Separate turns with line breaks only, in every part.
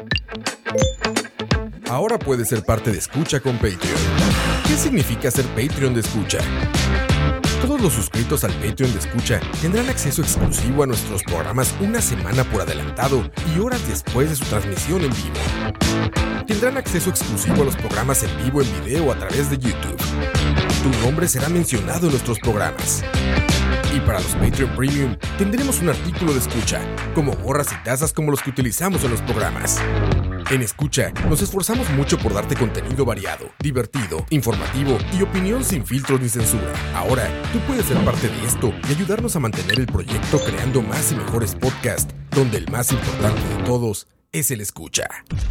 Ahora puedes ser parte de Escucha con Patreon. ¿Qué significa ser Patreon de Escucha? Todos los suscritos al Patreon de Escucha tendrán acceso exclusivo a nuestros programas una semana por adelantado y horas después de su transmisión en vivo. Tendrán acceso exclusivo a los programas en vivo en video a través de YouTube. Tu nombre será mencionado en nuestros programas. Y para los Patreon Premium, tendremos un artículo de Escucha, como gorras y tazas como los que utilizamos en los programas. En Escucha, nos esforzamos mucho por darte contenido variado, divertido, informativo y opinión sin filtros ni censura. Ahora, tú puedes ser parte de esto y ayudarnos a mantener el proyecto creando más y mejores podcasts, donde el más importante de todos es el Escucha.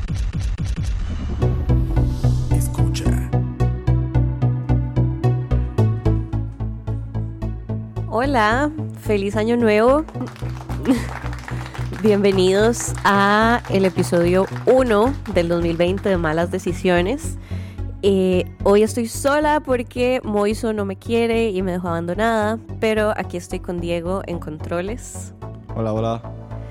Escucha.
Hola, feliz año nuevo. Bienvenidos a el episodio 1 del 2020 de Malas Decisiones. Hoy estoy sola porque Moiso no me quiere y me dejó abandonada, pero aquí estoy con Diego en controles.
Hola, hola.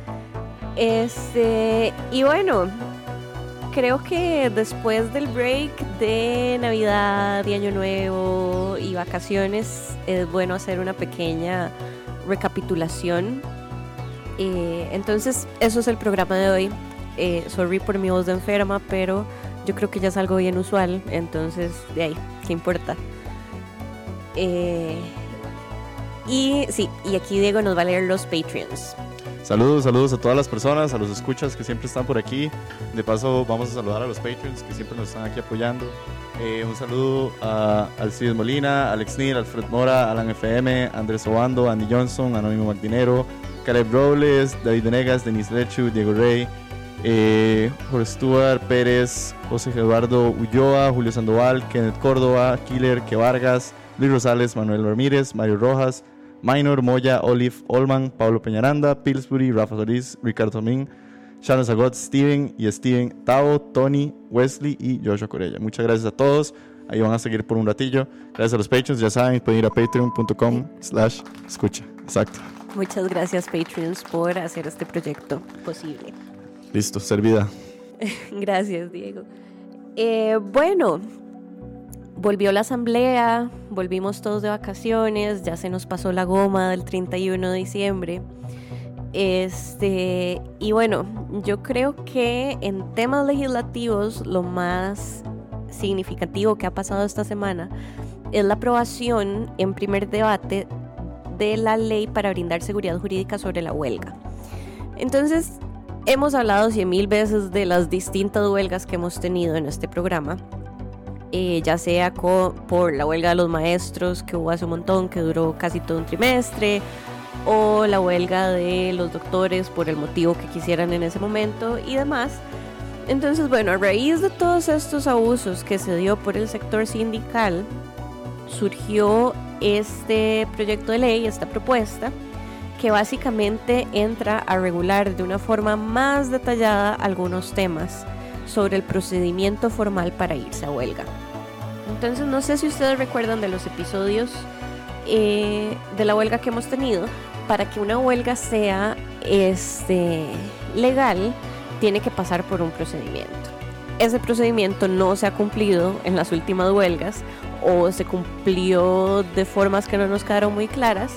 Y bueno, creo que después del break de Navidad y Año Nuevo y vacaciones es bueno hacer una pequeña recapitulación. Entonces eso es el programa de hoy. Sorry por mi voz de enferma, pero yo creo que ya es algo bien usual, entonces de ahí, ¿qué importa? Y aquí Diego nos va a leer los Patreons.
Saludos a todas las personas, a los escuchas que siempre están por aquí. De paso vamos a saludar a los Patreons que siempre nos están aquí apoyando. Un saludo a Alcides Molina, Alex Neal, Alfred Mora, Alan FM, Andrés Obando, Andy Johnson, Anónimo Magdinero, Caleb Robles, David Venegas, Denis Lechu, Diego Rey, Jorge Stuart Pérez, José Eduardo Ulloa, Julio Sandoval, Kenneth Córdoba, Killer, Que Vargas, Luis Rosales, Manuel Ramírez, Mario Rojas, Minor, Moya, Olive, Olman, Pablo Peñaranda, Pillsbury, Rafa Solís, Ricardo Tomín, Shannon Zagot, Steven y Steven, Tao, Tony, Wesley y Joshua Corella. Muchas gracias a todos. Ahí van a seguir por un ratillo. Gracias a los Patreons, ya saben, pueden ir a patreon.com/escucha. Exacto.
Muchas gracias, Patreons, por hacer este proyecto posible.
Listo, servida.
Gracias, Diego. Bueno, volvió la asamblea, volvimos todos de vacaciones, ya se nos pasó la goma del 31 de diciembre. Y bueno, yo creo que en temas legislativos lo más significativo que ha pasado esta semana es la aprobación en primer debate de la ley para brindar seguridad jurídica sobre la huelga. Entonces, hemos hablado 100,000 veces de las distintas huelgas que hemos tenido en este programa, ya sea por la huelga de los maestros que hubo hace un montón, que duró casi todo un trimestre, o la huelga de los doctores por el motivo que quisieran en ese momento y demás. Entonces, bueno, a raíz de todos estos abusos que se dio por el sector sindical, surgió este proyecto de ley, esta propuesta, que básicamente entra a regular de una forma más detallada algunos temas sobre el procedimiento formal para irse a huelga. Entonces, no sé si ustedes recuerdan de los episodios de la huelga que hemos tenido. Para que una huelga sea legal, tiene que pasar por un procedimiento. Ese procedimiento no se ha cumplido en las últimas huelgas, o se cumplió de formas que no nos quedaron muy claras,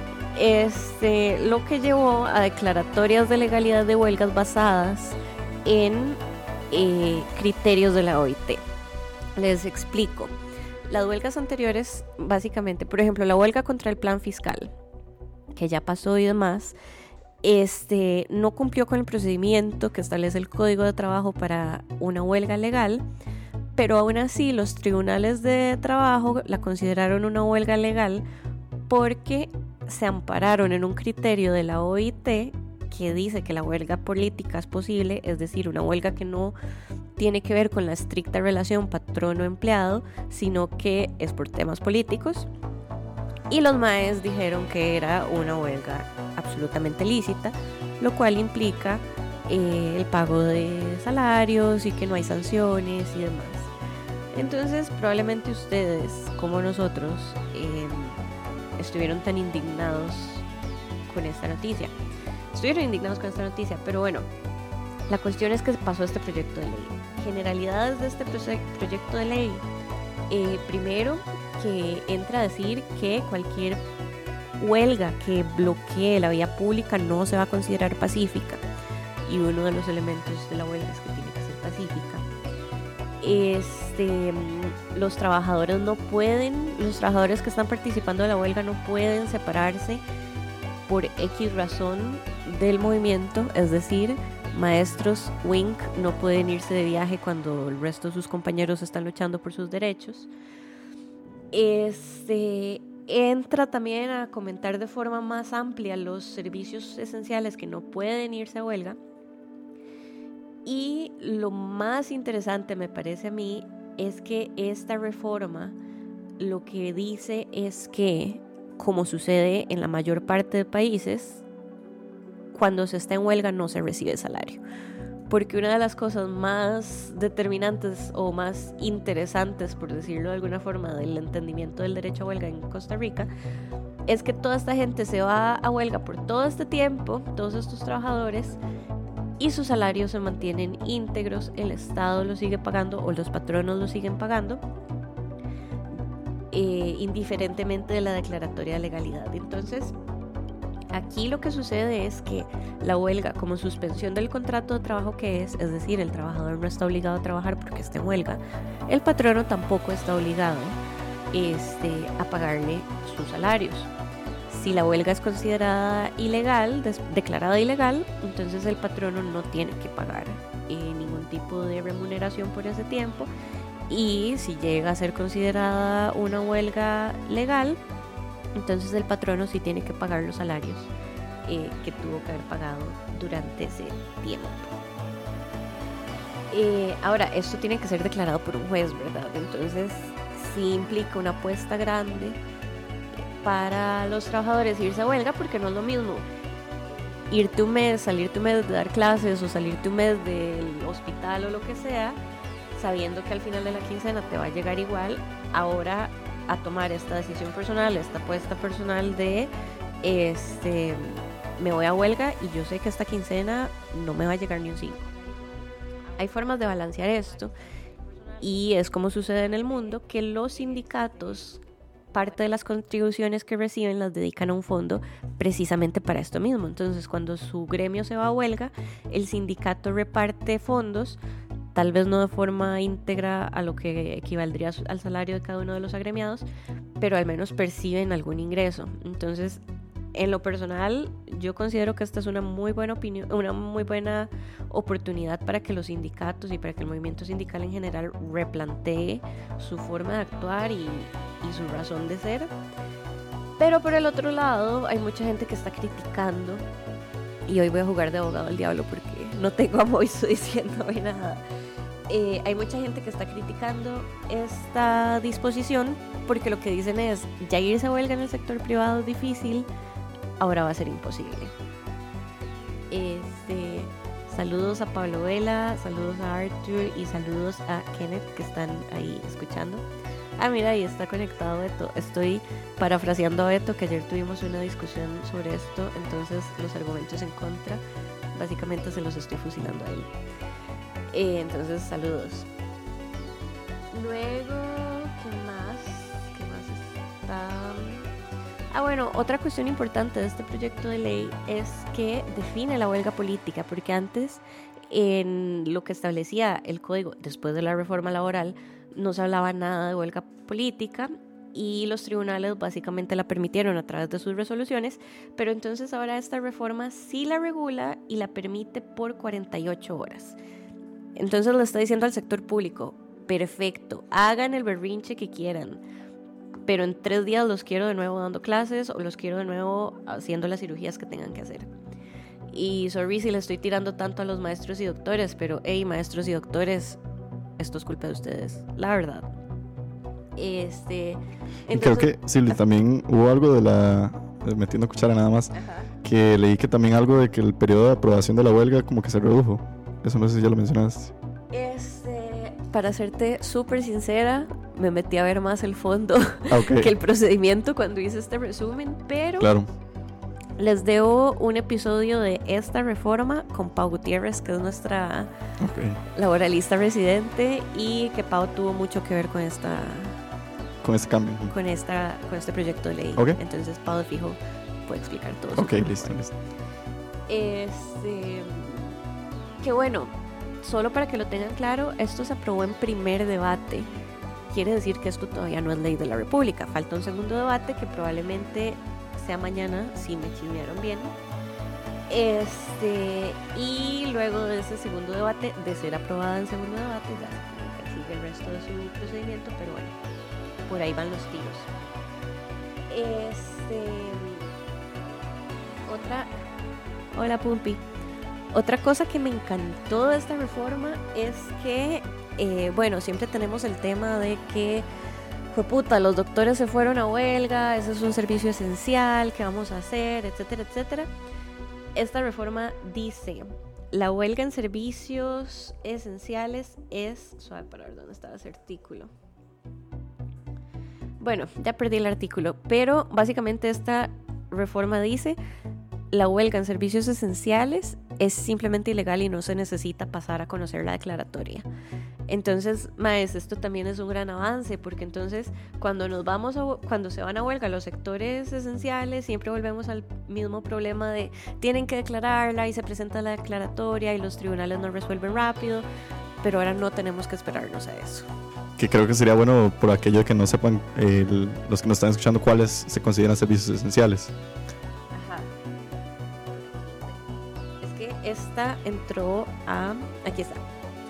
lo que llevó a declaratorias de legalidad de huelgas basadas en criterios de la OIT. Les explico. Las huelgas anteriores, básicamente, por ejemplo, la huelga contra el plan fiscal, que ya pasó y demás, no cumplió con el procedimiento que establece el Código de Trabajo para una huelga legal, pero aún así los tribunales de trabajo la consideraron una huelga legal porque se ampararon en un criterio de la OIT que dice que la huelga política es posible, es decir, una huelga que no tiene que ver con la estricta relación patrono-empleado, sino que es por temas políticos. Y los maes dijeron que era una huelga absolutamente lícita, lo cual implica el pago de salarios y que no hay sanciones y demás. Entonces, probablemente ustedes, como nosotros, estuvieron tan indignados con esta noticia. Pero bueno, La cuestión es que pasó este proyecto de ley. Generalidades de este proyecto de ley. Primero, que entra a decir que cualquier huelga que bloquee la vía pública no se va a considerar pacífica. Y uno de los elementos de la huelga es que tiene que ser pacífica. Los trabajadores que están participando de la huelga no pueden separarse por X razón del movimiento, es decir, maestros WINC no pueden irse de viaje cuando el resto de sus compañeros están luchando por sus derechos. Entra también a comentar de forma más amplia los servicios esenciales que no pueden irse a huelga. Y lo más interesante, me parece a mí, es que esta reforma lo que dice es que, como sucede en la mayor parte de países, cuando se está en huelga no se recibe salario. Porque una de las cosas más determinantes o más interesantes, por decirlo de alguna forma, del entendimiento del derecho a huelga en Costa Rica, es que toda esta gente se va a huelga por todo este tiempo, todos estos trabajadores, y sus salarios se mantienen íntegros, el Estado los sigue pagando o los patronos los siguen pagando, indiferentemente de la declaratoria de legalidad. Entonces, aquí lo que sucede es que la huelga, como suspensión del contrato de trabajo que es decir, el trabajador no está obligado a trabajar porque está en huelga, el patrono tampoco está obligado a pagarle sus salarios. Si la huelga es considerada ilegal, declarada ilegal, entonces el patrono no tiene que pagar ningún tipo de remuneración por ese tiempo. Y si llega a ser considerada una huelga legal, entonces el patrono sí tiene que pagar los salarios que tuvo que haber pagado durante ese tiempo. Ahora, esto tiene que ser declarado por un juez, ¿verdad? Entonces sí implica una apuesta grande para los trabajadores irse a huelga, porque no es lo mismo irte un mes, salirte un mes de dar clases o salirte un mes del hospital o lo que sea, sabiendo que al final de la quincena te va a llegar igual, ahora a tomar esta decisión personal, esta apuesta personal de me voy a huelga y yo sé que esta quincena no me va a llegar ni un 5. Hay formas de balancear esto, y es como sucede en el mundo, que los sindicatos parte de las contribuciones que reciben las dedican a un fondo precisamente para esto mismo. Entonces, cuando su gremio se va a huelga, el sindicato reparte fondos, tal vez no de forma íntegra a lo que equivaldría al salario de cada uno de los agremiados, pero al menos perciben algún ingreso. Entonces, en lo personal, yo considero que esta es una muy buena oportunidad para que los sindicatos y para que el movimiento sindical en general replantee su forma de actuar y su razón de ser. Pero por el otro lado, hay mucha gente que está criticando, y hoy voy a jugar de abogado al diablo porque no tengo a Moiso diciéndome nada. Hay mucha gente que está criticando esta disposición porque lo que dicen es: ya irse a huelga en el sector privado es difícil, ahora va a ser imposible. Saludos a Pablo Vela, saludos a Arthur y saludos a Kenneth, que están ahí escuchando. Mira, ahí está conectado Beto. Estoy parafraseando a Beto, que ayer tuvimos una discusión sobre esto, entonces los argumentos en contra básicamente se los estoy fusilando a él. Entonces, saludos. Luego, ¿qué más está? Bueno, otra cuestión importante de este proyecto de ley es que define la huelga política, porque antes, en lo que establecía el código después de la reforma laboral, no se hablaba nada de huelga política, y los tribunales básicamente la permitieron a través de sus resoluciones, pero entonces ahora esta reforma sí la regula y la permite por 48 horas. Entonces le está diciendo al sector público: perfecto, hagan el berrinche que quieran, pero en 3 días los quiero de nuevo dando clases o los quiero de nuevo haciendo las cirugías que tengan que hacer. Y sorry si le estoy tirando tanto a los maestros y doctores, pero hey, maestros y doctores, esto es culpa de ustedes, la verdad. Entonces,
creo que sí, también hubo algo de la, metiendo cuchara nada más, que leí que también algo de que el periodo de aprobación de la huelga como que se redujo. Eso no sé si ya lo mencionaste.
Para serte súper sincera, me metí a ver más el fondo que el procedimiento cuando hice este resumen, pero claro, Les debo un episodio de esta reforma con Pau Gutiérrez, que es nuestra laboralista residente, y que Pau tuvo mucho que ver con este cambio, con este proyecto de ley. Entonces Pau de fijo puede explicar todo.
Listo.
Que bueno, solo para que lo tengan claro, esto se aprobó en primer debate. Quiere decir que esto todavía no es ley de la República. Falta un segundo debate que probablemente sea mañana, si me chismearon bien. Y luego de ese segundo debate, de ser aprobada en segundo debate, ya sigue el resto de su procedimiento, pero bueno, por ahí van los tiros. Hola Pumpi. Otra cosa que me encantó de esta reforma es que, bueno, siempre tenemos el tema de que, jueputa, los doctores se fueron a huelga, ese es un servicio esencial, ¿qué vamos a hacer? Etcétera, etcétera. Esta reforma dice, la huelga en servicios esenciales es... Suave, para ver dónde estaba ese artículo. Bueno, ya perdí el artículo, pero básicamente esta reforma dice, la huelga en servicios esenciales es simplemente ilegal y no se necesita pasar a conocer la declaratoria. Entonces, maes, esto también es un gran avance, porque entonces cuando se van a huelga los sectores esenciales, siempre volvemos al mismo problema de tienen que declararla y se presenta la declaratoria y los tribunales no resuelven rápido, pero ahora no tenemos que esperarnos a eso.
Que creo que sería bueno por aquellos que no sepan, los que nos están escuchando, cuáles se consideran servicios esenciales.
Esta entró a... Aquí está.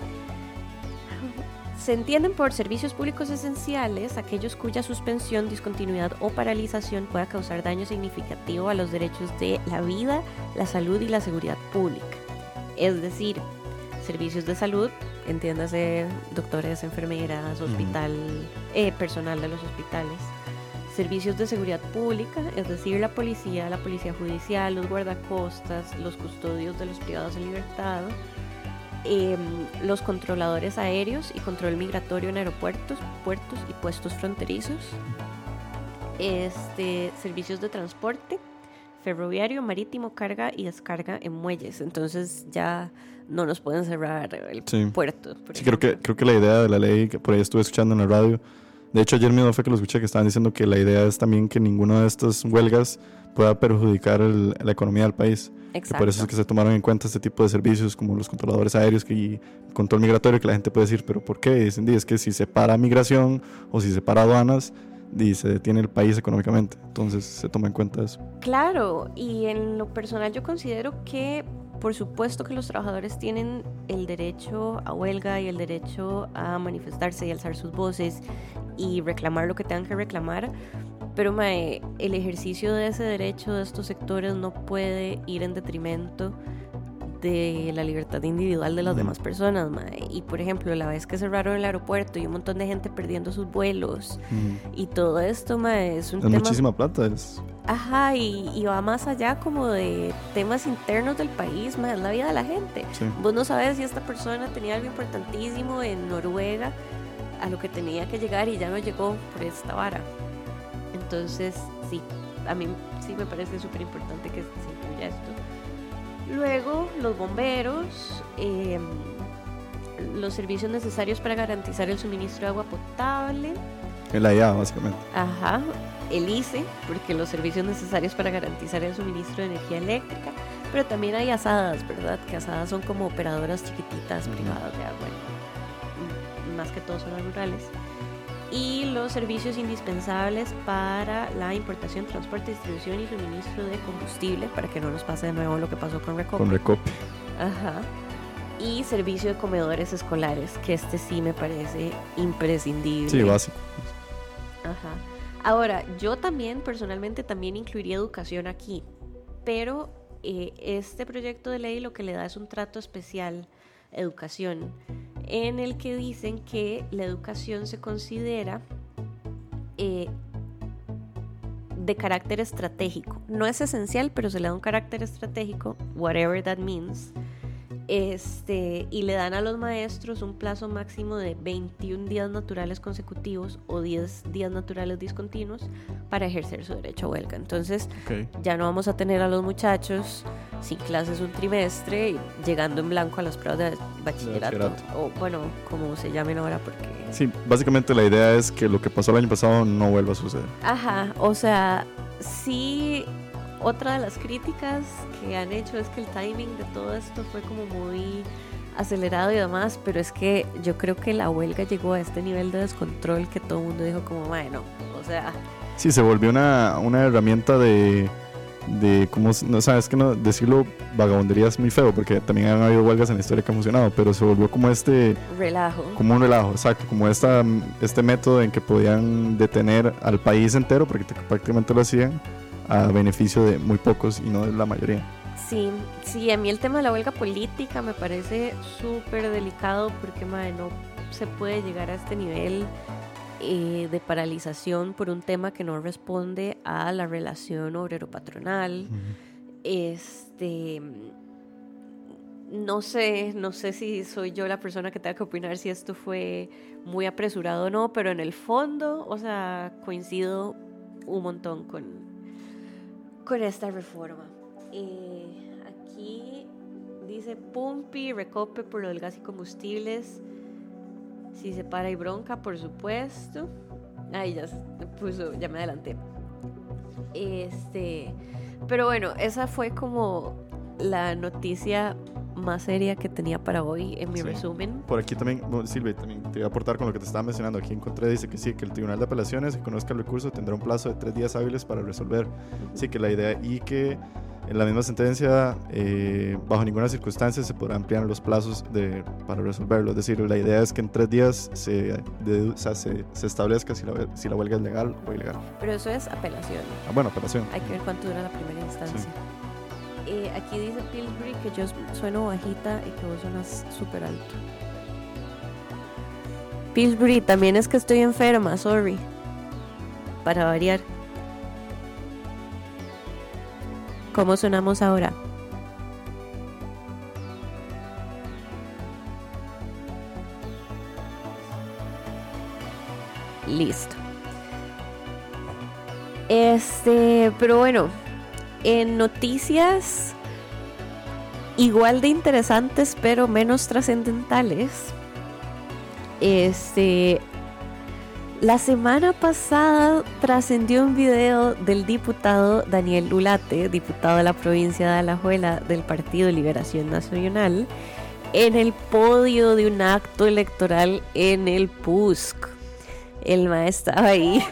Se entienden por servicios públicos esenciales aquellos cuya suspensión, discontinuidad o paralización pueda causar daño significativo a los derechos de la vida, la salud y la seguridad pública. Es decir, servicios de salud, entiéndase doctores, enfermeras, personal de los hospitales. Servicios de seguridad pública, es decir, la policía judicial, los guardacostas, los custodios de los privados de libertad, los controladores aéreos y control migratorio en aeropuertos, puertos y puestos fronterizos, servicios de transporte ferroviario, marítimo, carga y descarga en muelles. Entonces ya no nos pueden cerrar el puerto.
Sí, creo que la idea de la ley, que por ahí estuve escuchando en la radio, de hecho ayer mismo fue que lo escuché, que estaban diciendo que la idea es también que ninguna de estas huelgas pueda perjudicar la economía del país.
Exacto.
Por eso es que se tomaron en cuenta este tipo de servicios como los controladores aéreos y control migratorio, que la gente puede decir, ¿pero por qué? Dicen, es que si se para migración o si se para aduanas, se detiene el país económicamente. Entonces se toma en cuenta eso.
Claro, y en lo personal yo considero que por supuesto que los trabajadores tienen el derecho a huelga y el derecho a manifestarse y alzar sus voces y reclamar lo que tengan que reclamar, pero el ejercicio de ese derecho de estos sectores no puede ir en detrimento de la libertad individual de las demás personas, y por ejemplo la vez que cerraron el aeropuerto y un montón de gente perdiendo sus vuelos y todo esto, es un tema...
muchísima plata.
Ajá, y va más allá como de temas internos del país, es la vida de la gente.
Sí.
Vos no sabes si esta persona tenía algo importantísimo en Noruega a lo que tenía que llegar y ya no llegó por esta vara. Entonces sí, a mí sí me parece súper importante que se incluya esto. Luego, los bomberos, los servicios necesarios para garantizar el suministro de agua potable.
El AIA, básicamente.
Ajá, el ICE, porque los servicios necesarios para garantizar el suministro de energía eléctrica, pero también hay asadas, ¿verdad? Que asadas son como operadoras chiquititas privadas de agua, más que todo zonas rurales. Y los servicios indispensables para la importación, transporte, distribución y suministro de combustible, para que no nos pase de nuevo lo que pasó con Recope. Ajá. Y servicio de comedores escolares, que sí me parece imprescindible.
Sí, básico.
Ajá. Ahora, yo personalmente también incluiría educación aquí, pero este proyecto de ley lo que le da es un trato especial a educación, en el que dicen que la educación se considera de carácter estratégico. No es esencial, pero se le da un carácter estratégico, whatever that means, Y le dan a los maestros un plazo máximo de 21 días naturales consecutivos o 10 días naturales discontinuos para ejercer su derecho a huelga. Entonces, ya no vamos a tener a los muchachos sin clases un trimestre, llegando en blanco a las pruebas de bachillerato. O bueno, como se llamen ahora, porque...
Sí, básicamente la idea es que lo que pasó el año pasado no vuelva a suceder.
Ajá, o sea, sí... Otra de las críticas que han hecho es que el timing de todo esto fue como muy acelerado y demás, pero es que yo creo que la huelga llegó a este nivel de descontrol que todo el mundo dijo como, bueno, o sea...
Sí, se volvió una herramienta de cómo, no sabes que no decirlo vagabundería es muy feo, porque también han habido huelgas en la historia que han funcionado, pero se volvió como
relajo.
Como un relajo, exacto, como este método en que podían detener al país entero, porque prácticamente lo hacían a beneficio de muy pocos y no de la mayoría.
Sí, a mí el tema de la huelga política me parece súper delicado porque no se puede llegar a este nivel de paralización por un tema que no responde a la relación obrero-patronal. No sé si soy yo la persona que tenga que opinar si esto fue muy apresurado o no, pero en el fondo, o sea, coincido un montón con esta reforma. Aquí dice Pumpi, recope por lo del gas y combustibles. Si se para y bronca, por supuesto. Ay, ya me adelanté. Pero bueno, esa fue como la noticia más seria que tenía para hoy en mi resumen.
Por aquí también, Silvia, también te voy a aportar con lo que te estaba mencionando. Aquí encontré, dice que sí, que el Tribunal de Apelaciones que conozca el recurso tendrá un plazo de 3 días hábiles para resolver. Sí, que la idea, y que en la misma sentencia, bajo ninguna circunstancia se podrán ampliar los plazos para resolverlo. Es decir, la idea es que en 3 días se establezca si la huelga es legal o ilegal.
Pero eso es apelación.
Bueno, apelación.
Hay que ver cuánto dura la primera instancia. Sí. Aquí dice Pillsbury que yo sueno bajita y que vos suenas súper alto. Pillsbury, también es que estoy enferma, sorry. Para variar. ¿Cómo sonamos ahora? Listo. Pero bueno, en noticias igual de interesantes pero menos trascendentales, la semana pasada trascendió un video del diputado Daniel Ulate, diputado de la provincia de Alajuela del Partido Liberación Nacional, en el podio de un acto electoral en el PUSC. El maestro estaba ahí.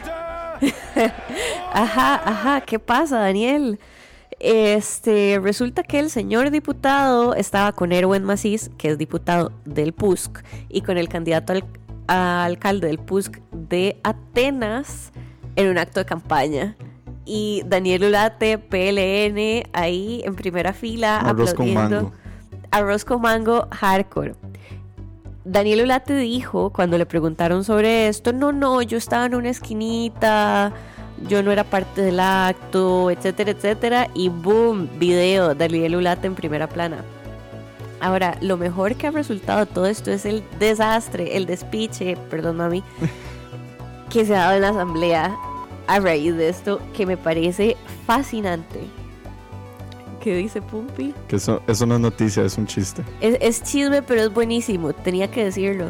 Ajá, ¿qué pasa, Daniel? Resulta que el señor diputado estaba con Erwin Macís, que es diputado del PUSC, y con el candidato a alcalde del PUSC de Atenas en un acto de campaña. Y Daniel Ulate, PLN, ahí en primera fila,
arroz
aplaudiendo.
Con mango.
Arroz con mango hardcore. Daniel Ulate dijo, cuando le preguntaron sobre esto, no, yo estaba en una esquinita, yo no era parte del acto, etcétera, etcétera, y boom, video, Daniel Ulate en primera plana. Ahora, lo mejor que ha resultado de todo esto es el desastre, el despiche, perdón mami, que se ha dado en la asamblea a raíz de esto, que me parece fascinante. ¿Qué dice Pumpi?
Que eso no es noticia, es un chiste.
Es chisme, pero es buenísimo, tenía que decirlo.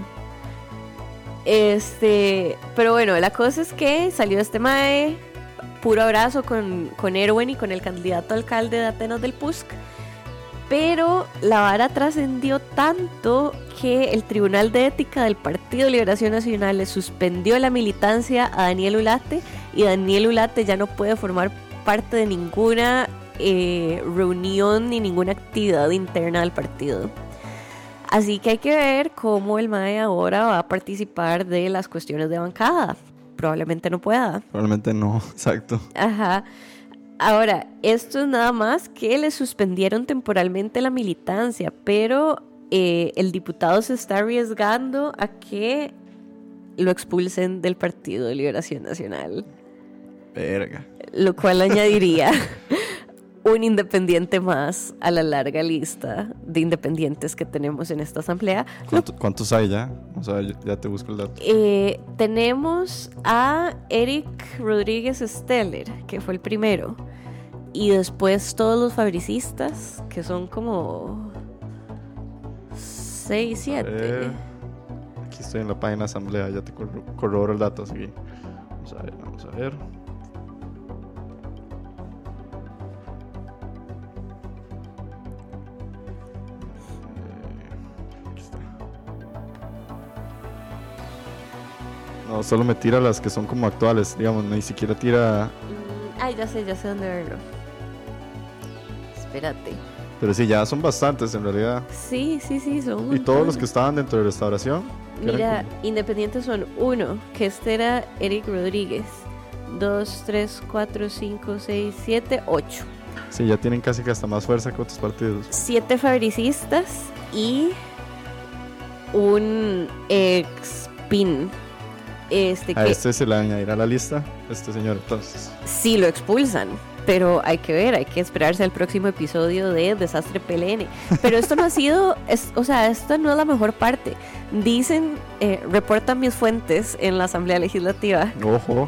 Pero bueno, la cosa es que salió este mae, puro abrazo con Erwin y con el candidato a alcalde de Atenas del PUSC. Pero la vara trascendió tanto que el Tribunal de Ética del Partido de Liberación Nacional le suspendió la militancia a Daniel Ulate, y Daniel Ulate ya no puede formar parte de ninguna reunión ni ninguna actividad interna del partido. Así que hay que ver cómo el MAE ahora va a participar de las cuestiones de bancada. Probablemente no pueda.
Probablemente no, exacto.
Ajá. Ahora, esto es nada más que le suspendieron temporalmente la militancia, pero el diputado se está arriesgando a que lo expulsen del Partido de Liberación Nacional.
Verga.
Lo cual añadiría un independiente más a la larga lista de independientes que tenemos en esta asamblea.
¿Cuántos hay ya? O sea, ya te busco el dato.
Tenemos a Eric Rodríguez Steller, que fue el primero, y después todos los fabricistas, que son como 6, 7.
Aquí estoy en la página de asamblea, ya te corroboro el dato, así que vamos a ver. No, solo me tira las que son como actuales, digamos, ni siquiera tira...
Ay, ya sé dónde verlo. Espérate.
Pero sí, ya son bastantes en realidad.
Sí, son.
¿Y todos los que estaban dentro de restauración?
Mira, independientes son 1, que este era Eric Rodríguez. 2, 3, 4, 5, 6, 7, 8.
Sí, ya tienen casi que hasta más fuerza que otros partidos.
7 fabricistas y un ex-PIN.
Este se le añadirá a la lista, este señor, entonces.
Sí, lo expulsan, pero hay que ver, hay que esperarse al próximo episodio de Desastre PLN. Pero esto no ha sido, esta no es la mejor parte. Dicen, reportan mis fuentes en la Asamblea Legislativa.
Ojo.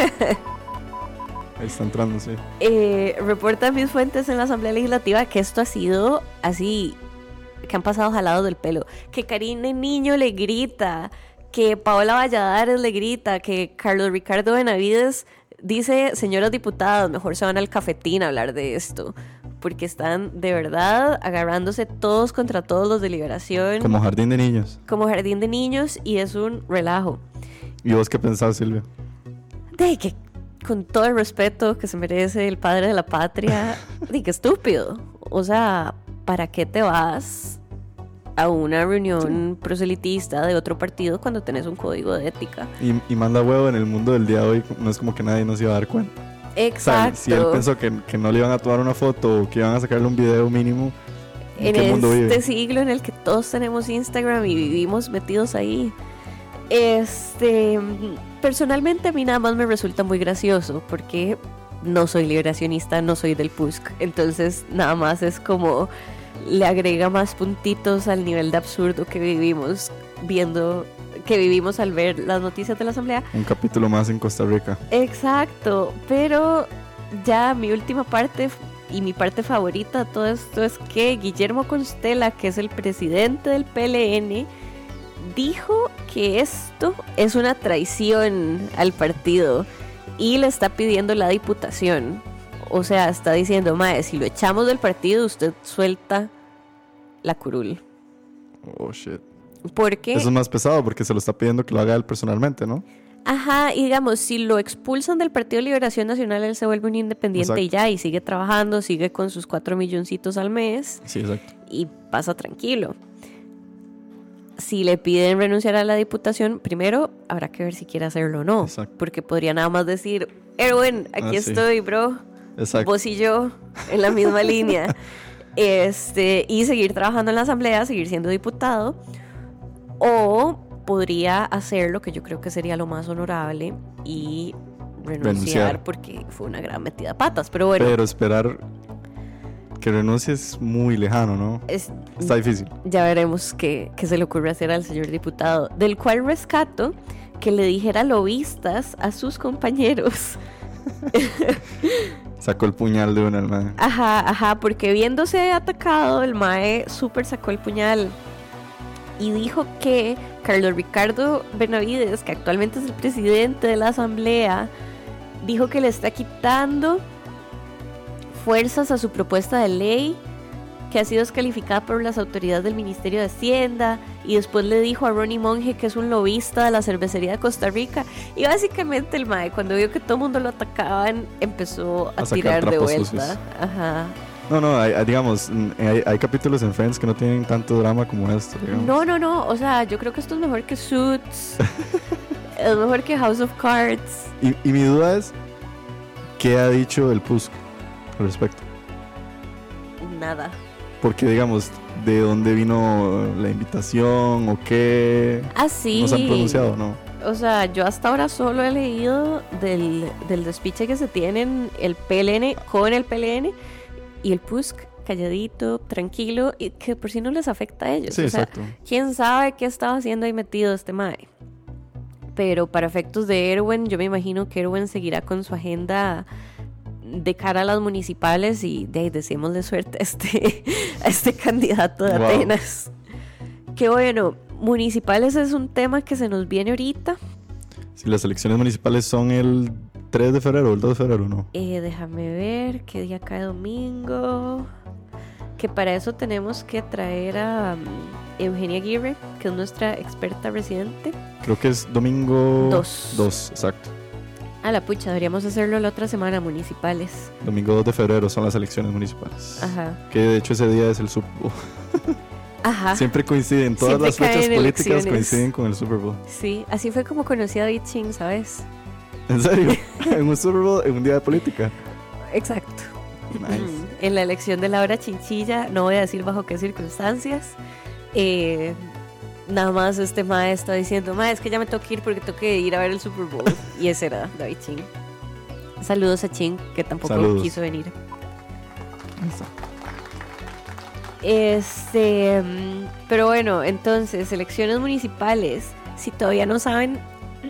Ahí está entrando, sí.
Reportan mis fuentes en la Asamblea Legislativa que esto ha sido así, que han pasado jalados del pelo. Que Karine Niño le grita, que Paola Valladares le grita, que Carlos Ricardo Benavides dice: señoras diputadas, mejor se van al cafetín a hablar de esto, porque están de verdad agarrándose todos contra todos los de Liberación.
Como jardín de niños.
Como jardín de niños, y es un relajo.
¿Y vos qué pensás, Silvia?
De que, con todo el respeto que se merece el padre de la patria, de que estúpido. O sea, ¿para qué te vas a una reunión proselitista de otro partido cuando tenés un código de ética?
Y manda huevo, en el mundo del día de hoy no es como que nadie nos iba a dar cuenta.
Exacto.
O sea, si él pensó que no le iban a tomar una foto o que iban a sacarle un video mínimo,
¿en qué mundo vive? Este siglo en el que todos tenemos Instagram y vivimos metidos ahí. Personalmente a mí nada más me resulta muy gracioso, porque no soy liberacionista, no soy del PUSC, entonces nada más es como le agrega más puntitos al nivel de absurdo que vivimos al ver las noticias de la Asamblea.
Un capítulo más en Costa Rica.
Exacto, pero ya mi última parte y mi parte favorita de todo esto es que Guillermo Constella, que es el presidente del PLN, dijo que esto es una traición al partido y le está pidiendo la diputación. O sea, está diciendo: mae, si lo echamos del partido, usted suelta la curul.
Oh, shit.
Porque
eso es más pesado, porque se lo está pidiendo que lo haga él personalmente, ¿no?
Ajá, y digamos, si lo expulsan del Partido de Liberación Nacional, él se vuelve un independiente. Exacto. Y ya, y sigue trabajando, sigue con sus 4 milloncitos al mes.
Sí, exacto.
Y pasa tranquilo. Si le piden renunciar a la diputación, primero habrá que ver si quiere hacerlo o no.
Exacto.
Porque podría nada más decir: Erwin, aquí estoy, bro.
Exacto.
Vos y yo en la misma línea. Y seguir trabajando en la asamblea, seguir siendo diputado. O podría hacer lo que yo creo que sería lo más honorable y renunciar. Porque fue una gran metida de patas. Pero bueno.
Pero esperar que renuncie es muy lejano, ¿no? Está difícil.
Ya veremos qué se le ocurre hacer al señor diputado. Del cual rescato que le dijera lobistas a sus compañeros.
Sacó el puñal de una, el mae.
Ajá, porque viéndose atacado, el mae súper sacó el puñal y dijo que Carlos Ricardo Benavides, que actualmente es el presidente de la asamblea, dijo que le está quitando fuerzas a su propuesta de ley, que ha sido descalificada por las autoridades del Ministerio de Hacienda, y después le dijo a Ronnie Monge que es un lobista de la cervecería de Costa Rica, y básicamente el mae, cuando vio que todo el mundo lo atacaban, empezó a tirar de vuelta. Sucios. Ajá.
No, hay capítulos en Friends que no tienen tanto drama como esto, digamos.
No, o sea, yo creo que esto es mejor que Suits, es mejor que House of Cards.
Y mi duda es, ¿qué ha dicho el PUSC al respecto?
Nada.
Porque, digamos, ¿de dónde vino la invitación o qué?
Sí.
¿No se han pronunciado, no?
O sea, yo hasta ahora solo he leído del despiche que se tiene en el PLN, con el PLN, y el PUSC calladito, tranquilo, y que por si no les afecta a ellos.
Sí,
o sea,
exacto.
¿quién sabe qué estaba haciendo ahí metido este mae? Pero para efectos de Erwin, yo me imagino que Erwin seguirá con su agenda de cara a las municipales y deseémosle suerte a este candidato de Atenas. Que bueno, municipales es un tema que se nos viene ahorita.
Si las elecciones municipales son el 3 de febrero o el 2 de febrero, ¿no?
Déjame ver qué día cae domingo. Que para eso tenemos que traer a Eugenia Aguirre, que es nuestra experta residente.
Creo que es domingo
2,
exacto.
A la pucha, deberíamos hacerlo la otra semana, municipales.
Domingo 2 de febrero son las elecciones municipales.
Ajá.
Que de hecho ese día es el Super Bowl.
Ajá.
Siempre coinciden, todas
Siempre
las fechas
caen
políticas
elecciones.
coinciden con el Super Bowl.
Sí, así fue como conocí a David Ching, ¿sabes?
¿En serio? ¿En un Super Bowl? ¿En un día de política?
Exacto.
Nice.
En la elección de Laura Chinchilla, no voy a decir bajo qué circunstancias, nada más este mae está diciendo, mae, es que ya me tengo que ir porque tengo que ir a ver el Super Bowl. Y ese era David Ching. Saludos a Ching, que tampoco quiso venir. Pero bueno, entonces, elecciones municipales. Si todavía no saben,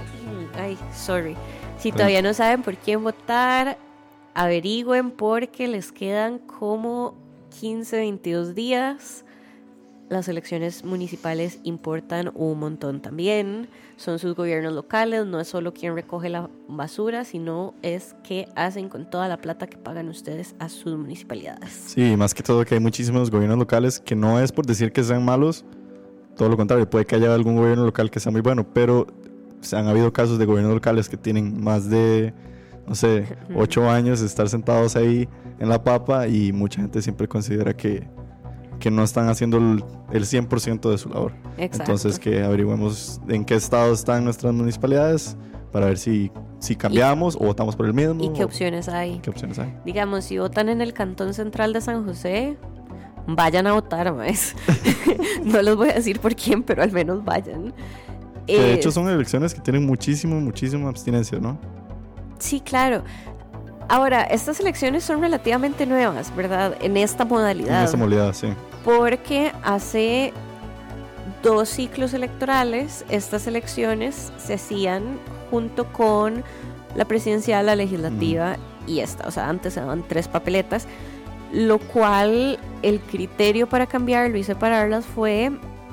si todavía no saben por quién votar, averigüen porque les quedan como 15, 22 días. Las elecciones municipales importan un montón también. Son sus gobiernos locales, no es solo quien recoge la basura, sino es qué hacen con toda la plata que pagan ustedes a sus municipalidades.
Sí, más que todo que hay muchísimos gobiernos locales que no es por decir que sean malos, todo lo contrario, puede que haya algún gobierno local que sea muy bueno, pero han habido casos de gobiernos locales que tienen más de, no sé, 8 años de estar sentados ahí en la papa y mucha gente siempre considera que no están haciendo el 100% de su labor.
Exacto.
Entonces que averigüemos en qué estado están nuestras municipalidades para ver si cambiamos o votamos por el mismo.
¿Y qué opciones hay?
¿Qué opciones hay?
Digamos, si votan en el Cantón Central de San José, vayan a votar, maes. No les voy a decir por quién, pero al menos vayan.
De hecho son elecciones que tienen muchísima abstinencia, ¿no?
Sí, claro. Ahora, estas elecciones son relativamente nuevas, ¿verdad? En esta modalidad.
En esta modalidad, sí.
Porque hace 2 ciclos electorales, estas elecciones se hacían junto con la presidencial, la legislativa y esta. O sea, antes se daban 3 papeletas, lo cual el criterio para cambiarlo y separarlas fue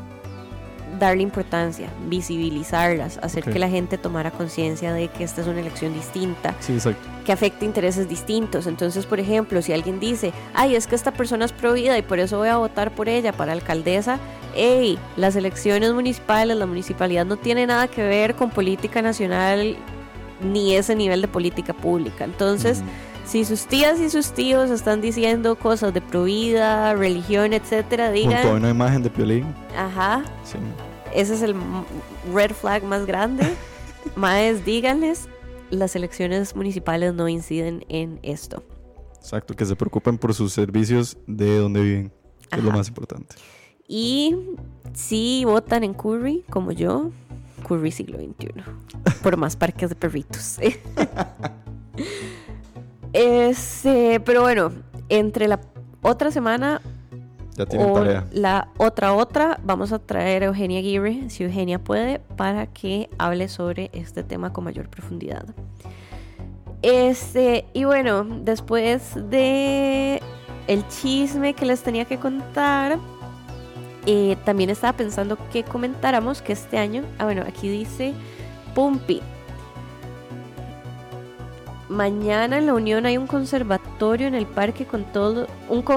darle importancia, visibilizarlas, hacer que la gente tomara conciencia de que esta es una elección distinta,
sí, exacto,
que afecta intereses distintos. Entonces, por ejemplo, si alguien dice, ay, es que esta persona es pro vida y por eso voy a votar por ella para alcaldesa, las elecciones municipales, la municipalidad no tiene nada que ver con política nacional ni ese nivel de política pública. Entonces, si sus tías y sus tíos están diciendo cosas de pro vida, religión, etcétera, digan...
Junto a una imagen de Piolín.
Ajá.
Sí.
Ese es el red flag más grande. Maes, díganles, las elecciones municipales no inciden en esto.
Exacto, que se preocupen por sus servicios de donde viven, que es lo más importante.
Y si votan en Curry, como yo, Curry siglo XXI, por más parques de perritos. Pero bueno, entre la otra semana
ya tienen tarea.
La otra, vamos a traer a Eugenia Aguirre, si Eugenia puede, para que hable sobre este tema con mayor profundidad. Y bueno, después de el chisme que les tenía que contar, también estaba pensando que comentáramos que este año, aquí dice Pumpi, mañana en la Unión hay un conversatorio en el parque con todos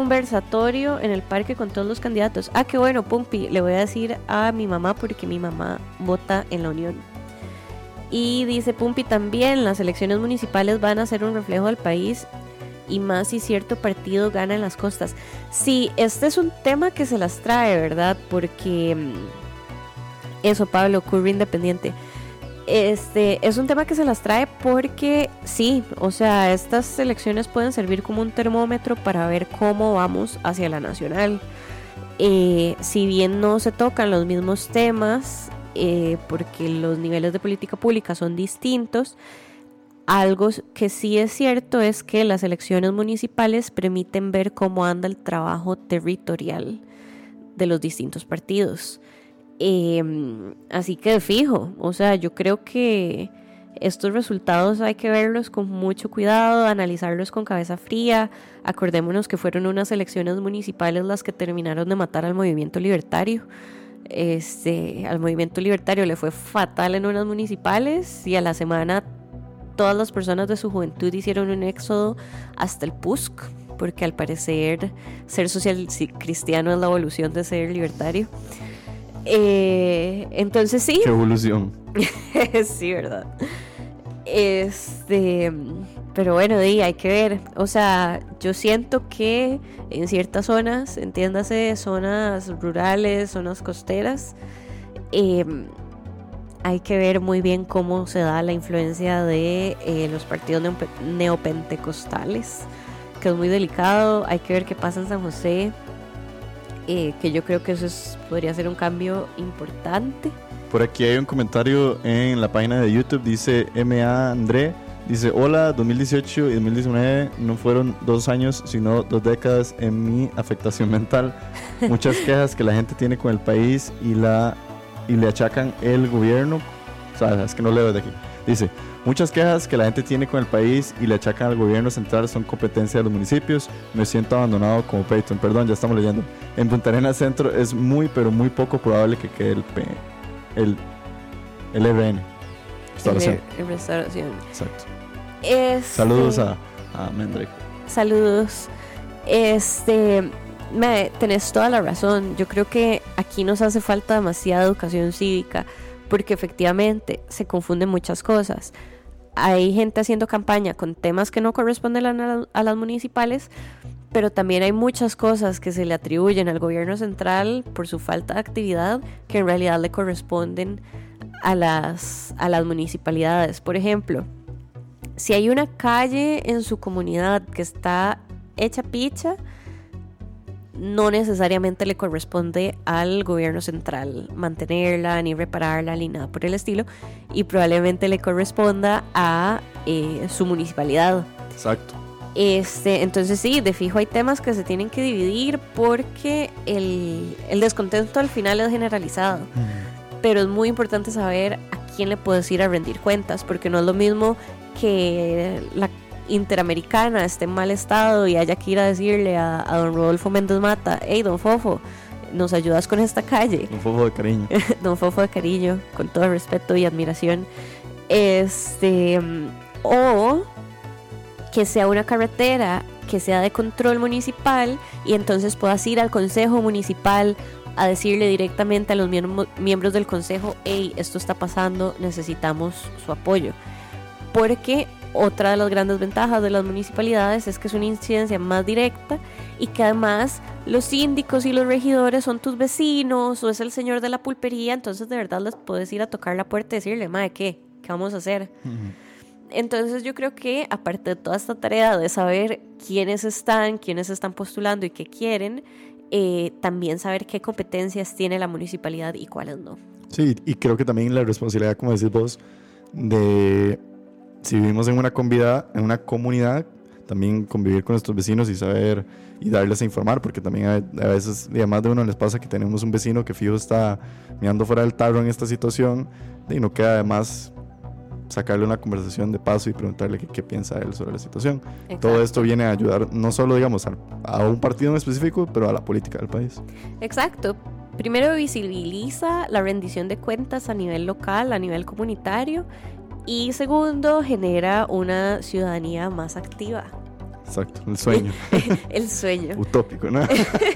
los candidatos. Ah, qué bueno, Pumpi, le voy a decir a mi mamá porque mi mamá vota en la Unión. Y dice Pumpi también, las elecciones municipales van a ser un reflejo del país y más si cierto partido gana en las costas. Sí, este es un tema que se las trae, ¿verdad? Porque eso, Pablo, Curry Independiente. Es un tema que se las trae porque sí, o sea, estas elecciones pueden servir como un termómetro para ver cómo vamos hacia la nacional. Si bien no se tocan los mismos temas, porque los niveles de política pública son distintos, Algo que sí es cierto es que las elecciones municipales permiten ver cómo anda el trabajo territorial de los distintos partidos. Así que de fijo, o sea, yo creo que estos resultados hay que verlos con mucho cuidado, analizarlos con cabeza fría. Acordémonos que fueron unas elecciones municipales las que terminaron de matar al movimiento libertario. Al movimiento libertario le fue fatal en unas municipales y a la semana todas las personas de su juventud hicieron un éxodo hasta el PUSC, porque al parecer ser social cristiano es la evolución de ser libertario. Entonces sí.
¡Qué evolución!
Sí, ¿verdad? Pero bueno, hay que ver. O sea, yo siento que en ciertas zonas, entiéndase, zonas rurales, zonas costeras, hay que ver muy bien cómo se da la influencia de los partidos neopentecostales, que es muy delicado. Hay que ver qué pasa en San José, que yo creo que eso podría ser un cambio importante.
Por aquí hay un comentario en la página de YouTube, dice M.A. André, dice: hola, 2018 y 2019 no fueron 2 años, sino 2 décadas en mi afectación mental. Muchas quejas que la gente tiene con el país y le achacan el gobierno. O sea, es que no leo de aquí. Dice: muchas quejas que la gente tiene con el país y le achacan al gobierno central son competencia de los municipios. Me siento abandonado como Peyton. Perdón, ya estamos leyendo. En Punta Arenas Centro es muy, pero muy poco probable que quede el RN. Restauración.
El restauración.
Exacto. Saludos a Mendrek.
Saludos. Tenés toda la razón. Yo creo que aquí nos hace falta demasiada educación cívica, porque efectivamente se confunden muchas cosas. Hay gente haciendo campaña con temas que no corresponden a las municipales, pero también hay muchas cosas que se le atribuyen al gobierno central por su falta de actividad que en realidad le corresponden a las municipalidades. Por ejemplo, si hay una calle en su comunidad que está hecha picha, no necesariamente le corresponde al gobierno central mantenerla, ni repararla, ni nada por el estilo, y probablemente le corresponda a su municipalidad.
Exacto.
Entonces sí, de fijo hay temas que se tienen que dividir porque el descontento al final es generalizado. Pero es muy importante saber a quién le puedes ir a rendir cuentas, porque no es lo mismo que la Interamericana esté en mal estado y haya que ir a decirle a don Rodolfo Méndez Mata: hey, don Fofo, ¿nos ayudas con esta calle?
Don Fofo de cariño.
Don Fofo de cariño, con todo respeto y admiración. O que sea una carretera que sea de control municipal y entonces puedas ir al consejo municipal a decirle directamente a los miembros del consejo: hey, esto está pasando, necesitamos su apoyo. Porque otra de las grandes ventajas de las municipalidades es que es una incidencia más directa y que además los síndicos y los regidores son tus vecinos o es el señor de la pulpería, entonces de verdad les puedes ir a tocar la puerta y decirle: madre, ¿qué vamos a hacer? Entonces yo creo que aparte de toda esta tarea de saber quiénes están postulando y qué quieren, también saber qué competencias tiene la municipalidad y cuáles no.
Sí, y creo que también la responsabilidad, como decís vos, de si vivimos en una comunidad, también convivir con nuestros vecinos y saber y darles a informar, porque también a veces, y a más de uno les pasa que tenemos un vecino que fijo está mirando fuera del tarro en esta situación y no queda además sacarle una conversación de paso y preguntarle qué piensa él sobre la situación. Exacto. Todo esto viene a ayudar no solo, digamos, a un partido en específico, pero a la política del país.
Exacto. Primero visibiliza la rendición de cuentas a nivel local, a nivel comunitario, y segundo genera una ciudadanía más activa.
Exacto, el sueño.
El sueño.
Utópico, ¿no?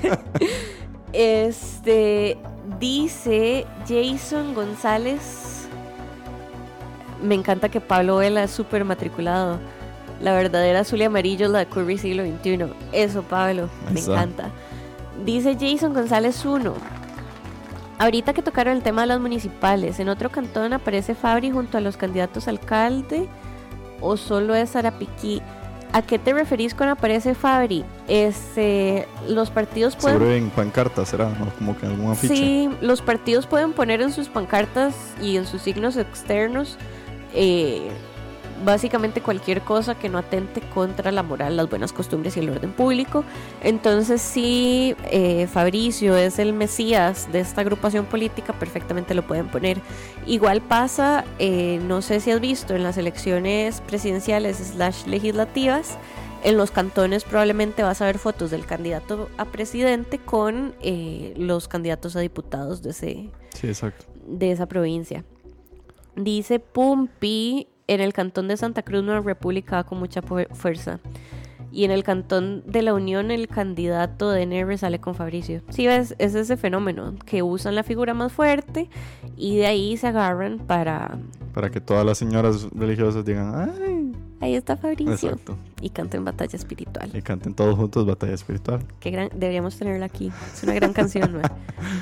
Dice Jason González: me encanta que Pablo Vela es súper matriculado. La verdadera azul y amarillo es la de Curry siglo XXI. Eso, Pablo, me encanta. Dice Jason González 1: ahorita que tocaron el tema de las municipales, ¿en otro cantón aparece Fabri junto a los candidatos a alcalde o solo es Arapiquí? ¿A qué te referís con aparece Fabri? Los partidos pueden...
Seguro en pancartas será, ¿no? Como que en algún afiche.
Sí, los partidos pueden poner en sus pancartas y en sus signos externos básicamente cualquier cosa que no atente contra la moral, las buenas costumbres y el orden público. Entonces si Fabricio es el mesías de esta agrupación política, perfectamente lo pueden poner. Igual pasa, no sé si has visto, en las elecciones presidenciales / legislativas, en los cantones probablemente vas a ver fotos del candidato a presidente con los candidatos a diputados
Sí, exacto.
de esa provincia. Dice Pumpi, en el cantón de Santa Cruz, Nueva República va con mucha fuerza. Y en el cantón de La Unión, el candidato de NR sale con Fabricio. Sí, ves, es ese fenómeno, que usan la figura más fuerte y de ahí se agarran para
que todas las señoras religiosas digan, ¡ay!
Ahí está Fabricio.
Exacto.
Y canten Batalla Espiritual.
Y canten todos juntos Batalla Espiritual.
Deberíamos tenerla aquí. Es una gran canción, ¿no?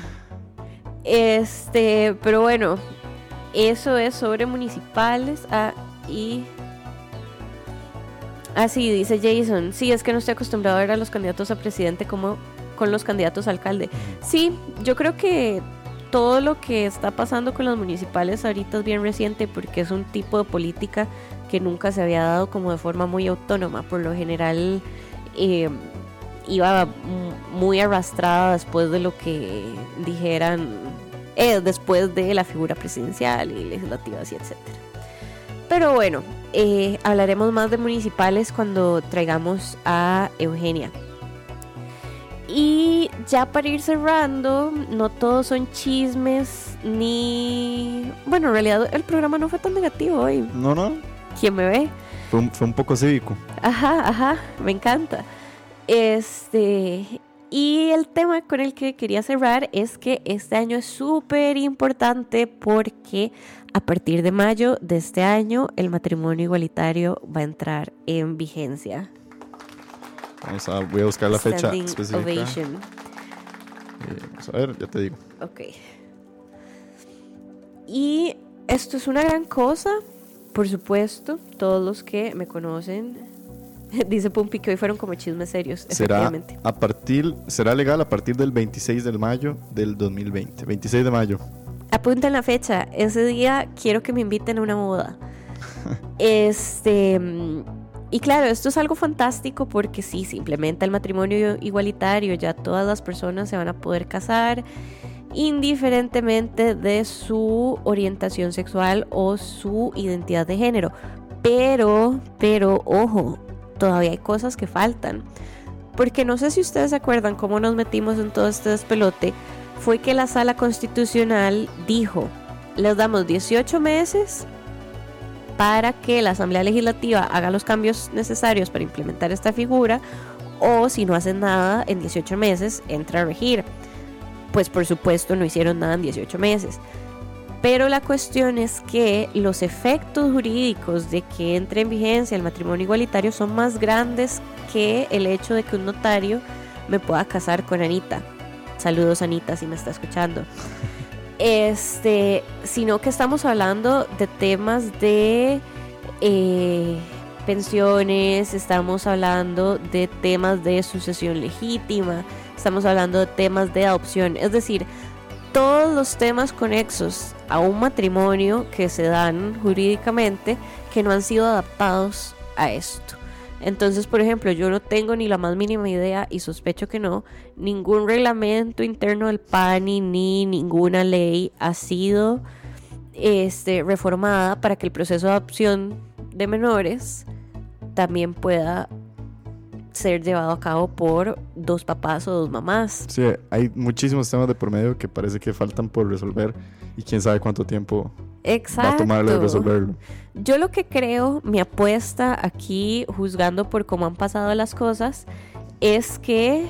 Pero bueno, eso es sobre municipales. Sí, dice Jason. Sí, es que no estoy acostumbrado a ver a los candidatos a presidente como con los candidatos a alcalde. Sí, yo creo que todo lo que está pasando con los municipales ahorita es bien reciente, porque es un tipo de política que nunca se había dado como de forma muy autónoma. Por lo general iba muy arrastrada después de lo que dijeran, después de la figura presidencial y legislativas y etcétera. Pero bueno, hablaremos más de municipales cuando traigamos a Eugenia. Y ya para ir cerrando, no todos son chismes ni... Bueno, en realidad el programa no fue tan negativo hoy.
No.
¿Quién me ve?
Fue un poco cívico.
Ajá, me encanta. Y el tema con el que quería cerrar es que este año es súper importante porque a partir de mayo de este año el matrimonio igualitario va a entrar en vigencia.
Voy a buscar la fecha
Standing
específica.
ovation.
Vamos a ver, ya te digo.
Ok. Y esto es una gran cosa, por supuesto. Todos los que me conocen, dice Pumpi que hoy fueron como chismes serios.
Será legal a partir del 26 de mayo del 2020. 26 de mayo.
Apunten la fecha. Ese día quiero que me inviten a una boda. Y claro, esto es algo fantástico porque sí, se implementa el matrimonio igualitario. Ya todas las personas se van a poder casar indiferentemente de su orientación sexual o su identidad de género. Pero, ojo, todavía hay cosas que faltan. Porque no sé si ustedes se acuerdan cómo nos metimos en todo este despelote. Fue que la Sala Constitucional dijo, les damos 18 meses para que la Asamblea Legislativa haga los cambios necesarios para implementar esta figura, o si no hacen nada en 18 meses entra a regir. Pues por supuesto no hicieron nada en 18 meses. Pero la cuestión es que los efectos jurídicos de que entre en vigencia el matrimonio igualitario son más grandes que el hecho de que un notario me pueda casar con Anita. Saludos, Anita, si me está escuchando. Sino que estamos hablando de temas de pensiones, estamos hablando de temas de sucesión legítima, estamos hablando de temas de adopción, es decir, todos los temas conexos a un matrimonio que se dan jurídicamente que no han sido adaptados a esto. Entonces, por ejemplo, yo no tengo ni la más mínima idea, y sospecho que no, ningún reglamento interno del PANI ni ninguna ley ha sido reformada para que el proceso de adopción de menores también pueda ser llevado a cabo por dos papás o dos mamás.
Sí, hay muchísimos temas de por medio que parece que faltan por resolver y quién sabe cuánto tiempo va a tomarle resolverlo.
Yo lo que creo, mi apuesta aquí, juzgando por cómo han pasado las cosas, es que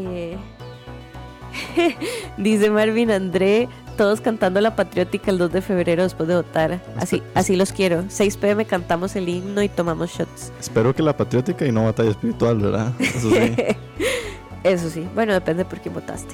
dice Marvin André, todos cantando la patriótica el 2 de febrero después de votar. Así los quiero. 6 p.m. cantamos el himno y tomamos shots.
Espero que la patriótica y no batalla espiritual, ¿verdad? Eso sí.
Eso sí. Bueno, depende por quién votaste.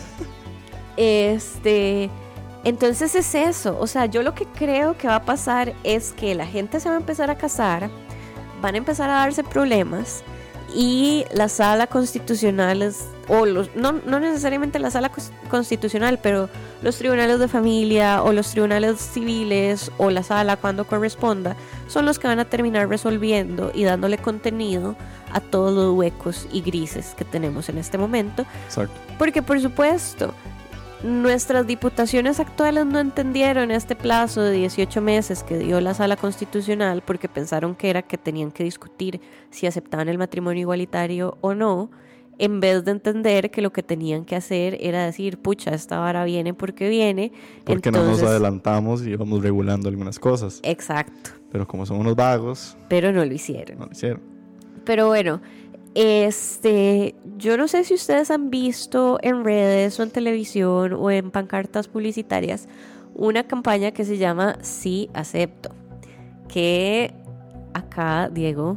Entonces es eso. O sea, yo lo que creo que va a pasar es que la gente se va a empezar a casar, van a empezar a darse problemas, Y la sala constitucional no necesariamente la sala constitucional, pero los tribunales de familia o los tribunales civiles o la sala cuando corresponda son los que van a terminar resolviendo y dándole contenido a todos los huecos y grises que tenemos en este momento.
Exacto.
Porque por supuesto, nuestras diputaciones actuales no entendieron este plazo de 18 meses que dio la sala constitucional porque pensaron que era que tenían que discutir si aceptaban el matrimonio igualitario o no, en vez de entender que lo que tenían que hacer era decir, pucha, esta vara viene porque viene.
Porque entonces, no nos adelantamos y vamos regulando algunas cosas.
Exacto.
Pero como son unos vagos.
Pero no lo hicieron.
No lo hicieron.
Pero bueno, yo no sé si ustedes han visto en redes o en televisión o en pancartas publicitarias una campaña que se llama Sí Acepto, que acá Diego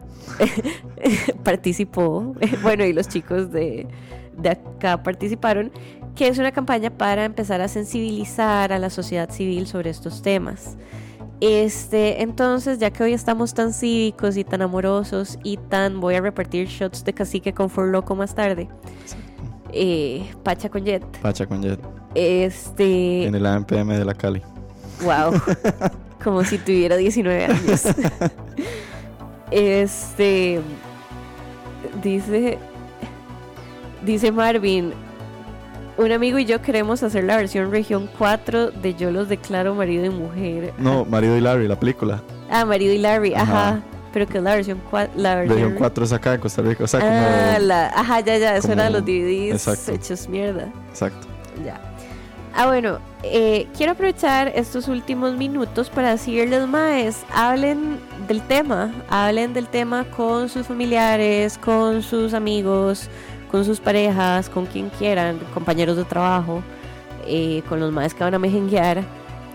participó, bueno, y los chicos de acá participaron, que es una campaña para empezar a sensibilizar a la sociedad civil sobre estos temas. Entonces, ya que hoy estamos tan cívicos y tan amorosos y voy a repartir shots de cacique con For Loco más tarde. Pacha con Jet.
Pacha con Jet.
En
el AMPM de la Cali.
Wow. Como si tuviera 19 años. Dice Marvin, un amigo y yo queremos hacer la versión región 4 de Yo los declaro marido y mujer.
No, Marido y Larry, la película.
Ah, Marido y Larry, ajá. Pero que es la versión 4.
Región 4 es acá en Costa Rica. O sea, como.
Ajá, ya. Eso era los DVDs.
Exacto.
Hechos mierda.
Exacto.
Ya. Bueno, quiero aprovechar estos últimos minutos para decirles, maes, hablen del tema con sus familiares, con sus amigos, con sus parejas, con quien quieran, compañeros de trabajo, con los maes que van a mejenguear,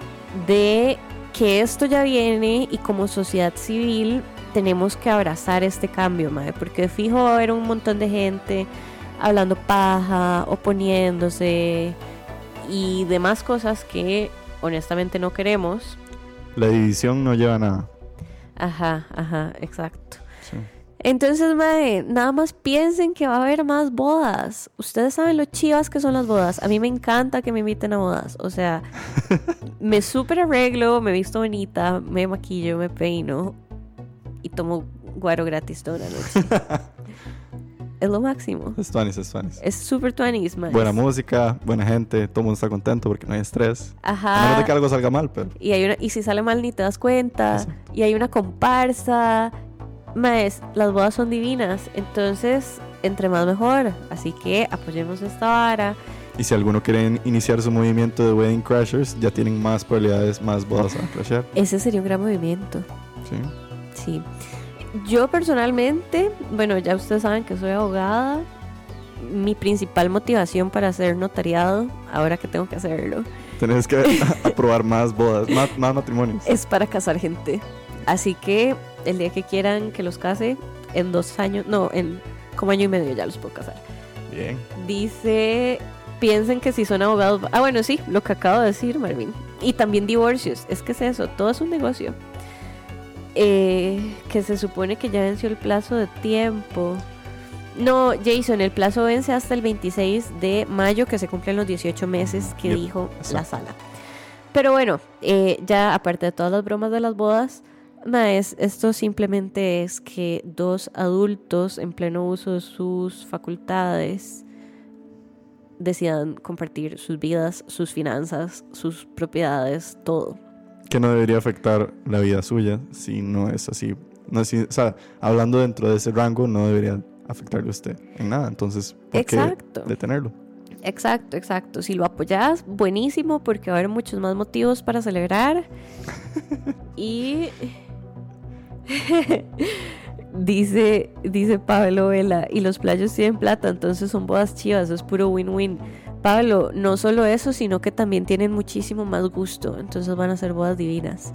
de que esto ya viene y como sociedad civil tenemos que abrazar este cambio, mae, porque de fijo va a haber un montón de gente hablando paja, oponiéndose y demás cosas que honestamente no queremos.
La división no lleva a nada.
Ajá, exacto.
Sí.
Entonces, mae, nada más piensen que va a haber más bodas. Ustedes saben lo chivas que son las bodas. A mí me encanta que me inviten a bodas. O sea, me súper arreglo, me visto bonita, me maquillo, me peino y tomo guaro gratis toda la noche. Es lo máximo.
Es tuanis.
Es súper tuanis, mae.
Buena música, buena gente, todo el mundo está contento porque no hay estrés.
Ajá.
A menos de que algo salga mal, pero.
Y si sale mal ni te das cuenta.
Exacto.
Y hay una comparsa. Maes, las bodas son divinas, entonces entre más mejor, así que apoyemos esta vara.
Y si alguno quiere iniciar su movimiento de Wedding Crashers, ya tienen más probabilidades, más bodas a crashear.
Ese sería un gran movimiento.
Sí.
Yo personalmente, bueno, ya ustedes saben que soy abogada. Mi principal motivación para hacer notariado, ahora que tengo que hacerlo,
Tenés que aprobar más bodas, más matrimonios.
es para casar gente. Así que el día que quieran que los case, en 2 años, no, en como año y medio ya los puedo casar.
Bien.
Dice, piensen que si son abogados... Ah, bueno, sí, lo que acabo de decir, Marvin. Y también divorcios, es que es eso, todo es un negocio. Que se supone que ya venció el plazo de tiempo. No, Jason, el plazo vence hasta el 26 de mayo, que se cumplen los 18 meses que dijo la sala. Pero bueno, ya aparte de todas las bromas de las bodas, maes, esto simplemente es que 2 adultos en pleno uso de sus facultades decidan compartir sus vidas, sus finanzas, sus propiedades, todo.
Que no debería afectar la vida suya si no es así. No es, o sea, hablando dentro de ese rango, no debería afectarle a usted en nada. Entonces, ¿por qué detenerlo?
Exacto. Si lo apoyas, buenísimo, porque va a haber muchos más motivos para celebrar. Y dice Pablo Vela, y los playos tienen plata, entonces son bodas chivas, eso es puro win-win. Pablo, no solo eso, sino que también tienen muchísimo más gusto, entonces van a ser bodas divinas.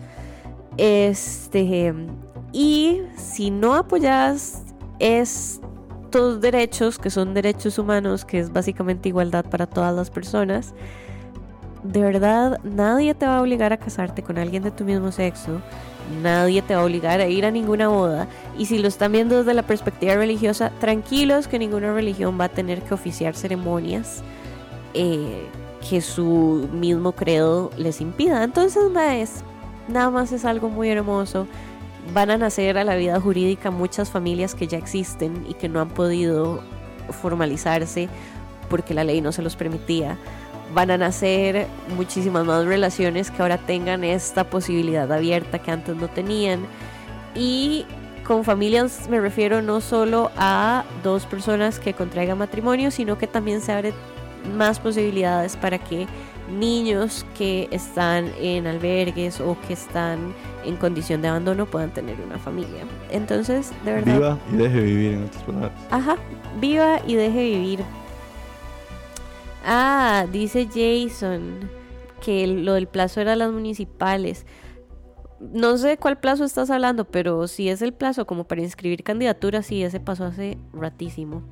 Y si no apoyas estos derechos, que son derechos humanos, que es básicamente igualdad para todas las personas, de verdad nadie te va a obligar a casarte con alguien de tu mismo sexo, nadie te va a obligar a ir a ninguna boda. Y si lo están viendo desde la perspectiva religiosa, tranquilos que ninguna religión va a tener que oficiar ceremonias que su mismo credo les impida. Entonces, nada más es algo muy hermoso. Van a nacer a la vida jurídica muchas familias que ya existen y que no han podido formalizarse porque la ley no se los permitía. Van a nacer muchísimas más relaciones que ahora tengan esta posibilidad abierta que antes no tenían. Y con familias me refiero no solo a dos personas que contraigan matrimonio, sino que también se abren más posibilidades para que niños que están en albergues o que están en condición de abandono puedan tener una familia. Entonces, de verdad,
viva y deje vivir, en otras palabras.
Ajá, viva y deje vivir. Dice Jason que lo del plazo era las municipales. No sé de cuál plazo estás hablando, pero si es el plazo como para inscribir candidaturas, sí, ese pasó hace ratísimo.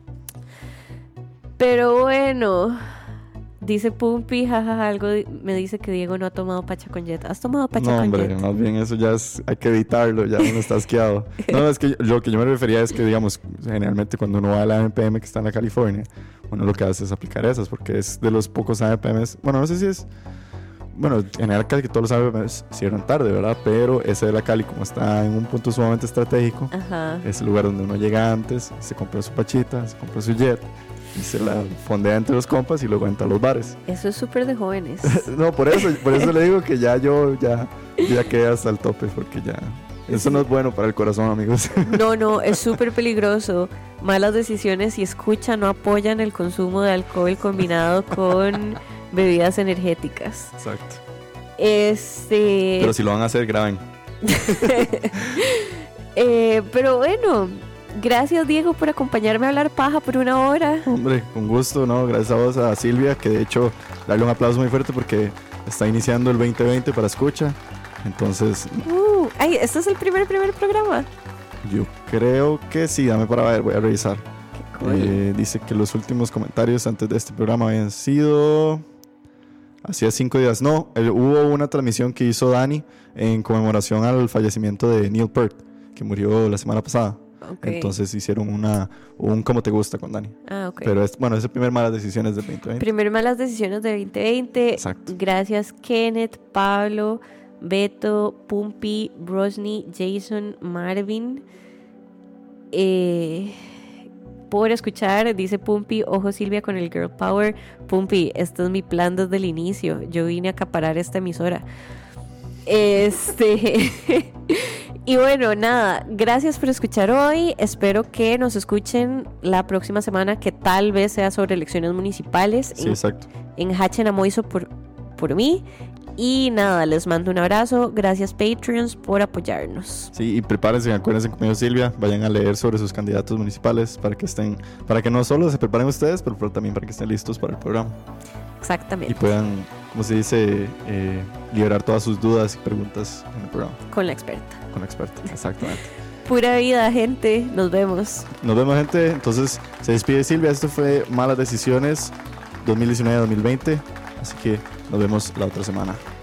Pero bueno, dice Pumpi, jajaja, algo me dice que Diego no ha tomado pacha con jet. ¿Has tomado pacha con jet? No, hombre,
más bien eso ya hay que evitarlo, ya uno está asqueado. No, es que lo que yo me refería es que, digamos, generalmente cuando uno va a la AMPM que está en la California, uno lo que hace es aplicar esas, porque es de los pocos AMPMs, bueno, no sé si es, bueno, en general casi que todos los AMPMs cierran tarde, ¿verdad? Pero ese de la Cali, como está en un punto sumamente estratégico, es el lugar donde uno llega antes, se compra su pachita, se compra su jet, y se la fondea entre los compas y luego entra a los bares.
Eso es súper de jóvenes.
No, por eso le digo que yo ya quedé hasta el tope, porque ya eso no es bueno para el corazón, amigos.
No, es súper peligroso. Malas decisiones y escucha, no apoyan el consumo de alcohol combinado con bebidas energéticas.
Exacto.
Pero
si lo van a hacer, graben.
Pero bueno, gracias Diego por acompañarme a hablar paja por una hora.
Hombre, con gusto, ¿no? Gracias a vos, a Silvia, que de hecho darle un aplauso muy fuerte porque está iniciando el 2020 para escucha. Entonces...
¿este es el primer programa?
Yo creo que sí, dame para ver, voy a revisar.
Cool.
Dice que los últimos comentarios antes de este programa habían sido... Hacía 5 días. No, hubo una transmisión que hizo Dani en conmemoración al fallecimiento de Neil Peart, que murió la semana pasada. Okay. Entonces hicieron un como te gusta con Dani.
Okay.
Pero es el primer Malas Decisiones del 2020.
Primer Malas Decisiones del 2020.
Exacto.
Gracias Kenneth, Pablo, Beto, Pumpi, Brosny, Jason, Marvin. Por escuchar, dice Pumpi, ojo Silvia con el Girl Power. Pumpi, este es mi plan desde el inicio. Yo vine a acaparar esta emisora. Y bueno, nada, gracias por escuchar hoy. Espero que nos escuchen la próxima semana, que tal vez sea sobre elecciones municipales.
Sí, exacto.
En Hachen Amoiso por mí. Y nada, les mando un abrazo. Gracias Patreons por apoyarnos.
Sí, y prepárense, acuérdense conmigo Silvia, vayan a leer sobre sus candidatos municipales para que no solo se preparen ustedes, pero también para que estén listos para el programa.
Exactamente.
Y puedan, como se dice, liberar todas sus dudas y preguntas en el programa.
Con la experta.
Exactamente.
Pura vida, gente. Nos vemos.
Nos vemos, gente. Entonces, se despide Silvia. Esto fue Malas Decisiones 2019-2020. Así que nos vemos la otra semana.